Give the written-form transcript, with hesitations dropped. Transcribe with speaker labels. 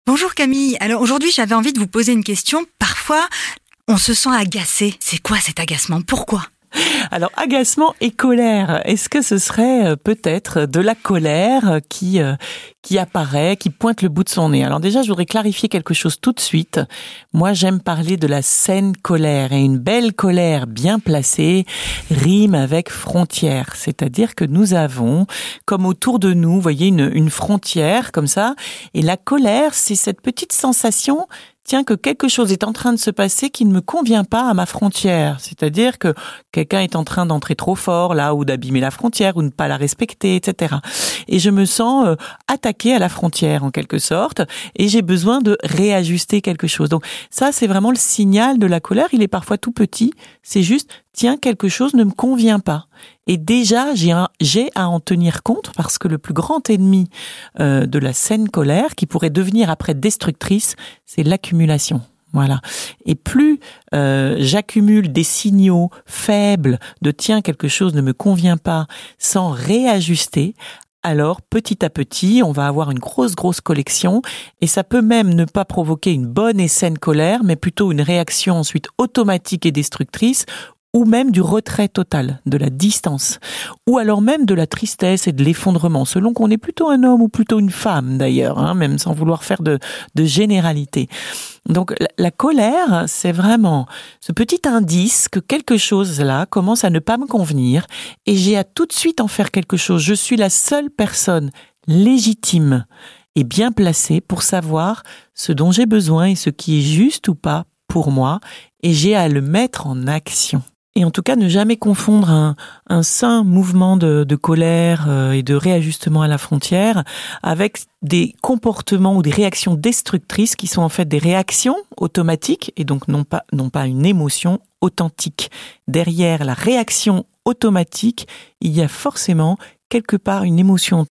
Speaker 1: Bonjour Camille, alors aujourd'hui j'avais envie de vous poser une question. Parfois, on se sent agacé. C'est quoi cet agacement? Pourquoi?
Speaker 2: Alors, agacement et colère, est-ce que ce serait peut-être de la colère qui apparaît, qui pointe le bout de son nez? Alors déjà, je voudrais clarifier quelque chose tout de suite. Moi, j'aime parler de la saine colère, et une belle colère bien placée rime avec frontière. C'est-à-dire que nous avons, comme autour de nous, vous voyez, une frontière comme ça, et la colère, c'est cette petite sensation que quelque chose est en train de se passer qui ne me convient pas à ma frontière. C'est-à-dire que quelqu'un est en train d'entrer trop fort là, ou d'abîmer la frontière, ou de ne pas la respecter, etc. Et je me sens attaquée à la frontière en quelque sorte, et j'ai besoin de réajuster quelque chose. Donc ça, c'est vraiment le signal de la colère. Il est parfois tout petit. C'est juste, quelque chose ne me convient pas. Et déjà, j'ai à en tenir compte parce que le plus grand ennemi de la saine colère, qui pourrait devenir après destructrice, c'est l'accumulation. Voilà. Et plus j'accumule des signaux faibles de quelque chose ne me convient pas sans réajuster, alors petit à petit, on va avoir une grosse collection, et ça peut même ne pas provoquer une bonne et saine colère, mais plutôt une réaction ensuite automatique et destructrice, ou même du retrait total, de la distance, ou alors même de la tristesse et de l'effondrement, selon qu'on est plutôt un homme ou plutôt une femme d'ailleurs, même sans vouloir faire de généralité. Donc la colère, c'est vraiment ce petit indice que quelque chose là commence à ne pas me convenir, et j'ai à tout de suite en faire quelque chose. Je suis la seule personne légitime et bien placée pour savoir ce dont j'ai besoin et ce qui est juste ou pas pour moi, et j'ai à le mettre en action. Et en tout cas, ne jamais confondre un sain mouvement de colère et de réajustement à la frontière avec des comportements ou des réactions destructrices qui sont en fait des réactions automatiques et donc non pas une émotion authentique. Derrière la réaction automatique, il y a forcément quelque part une émotion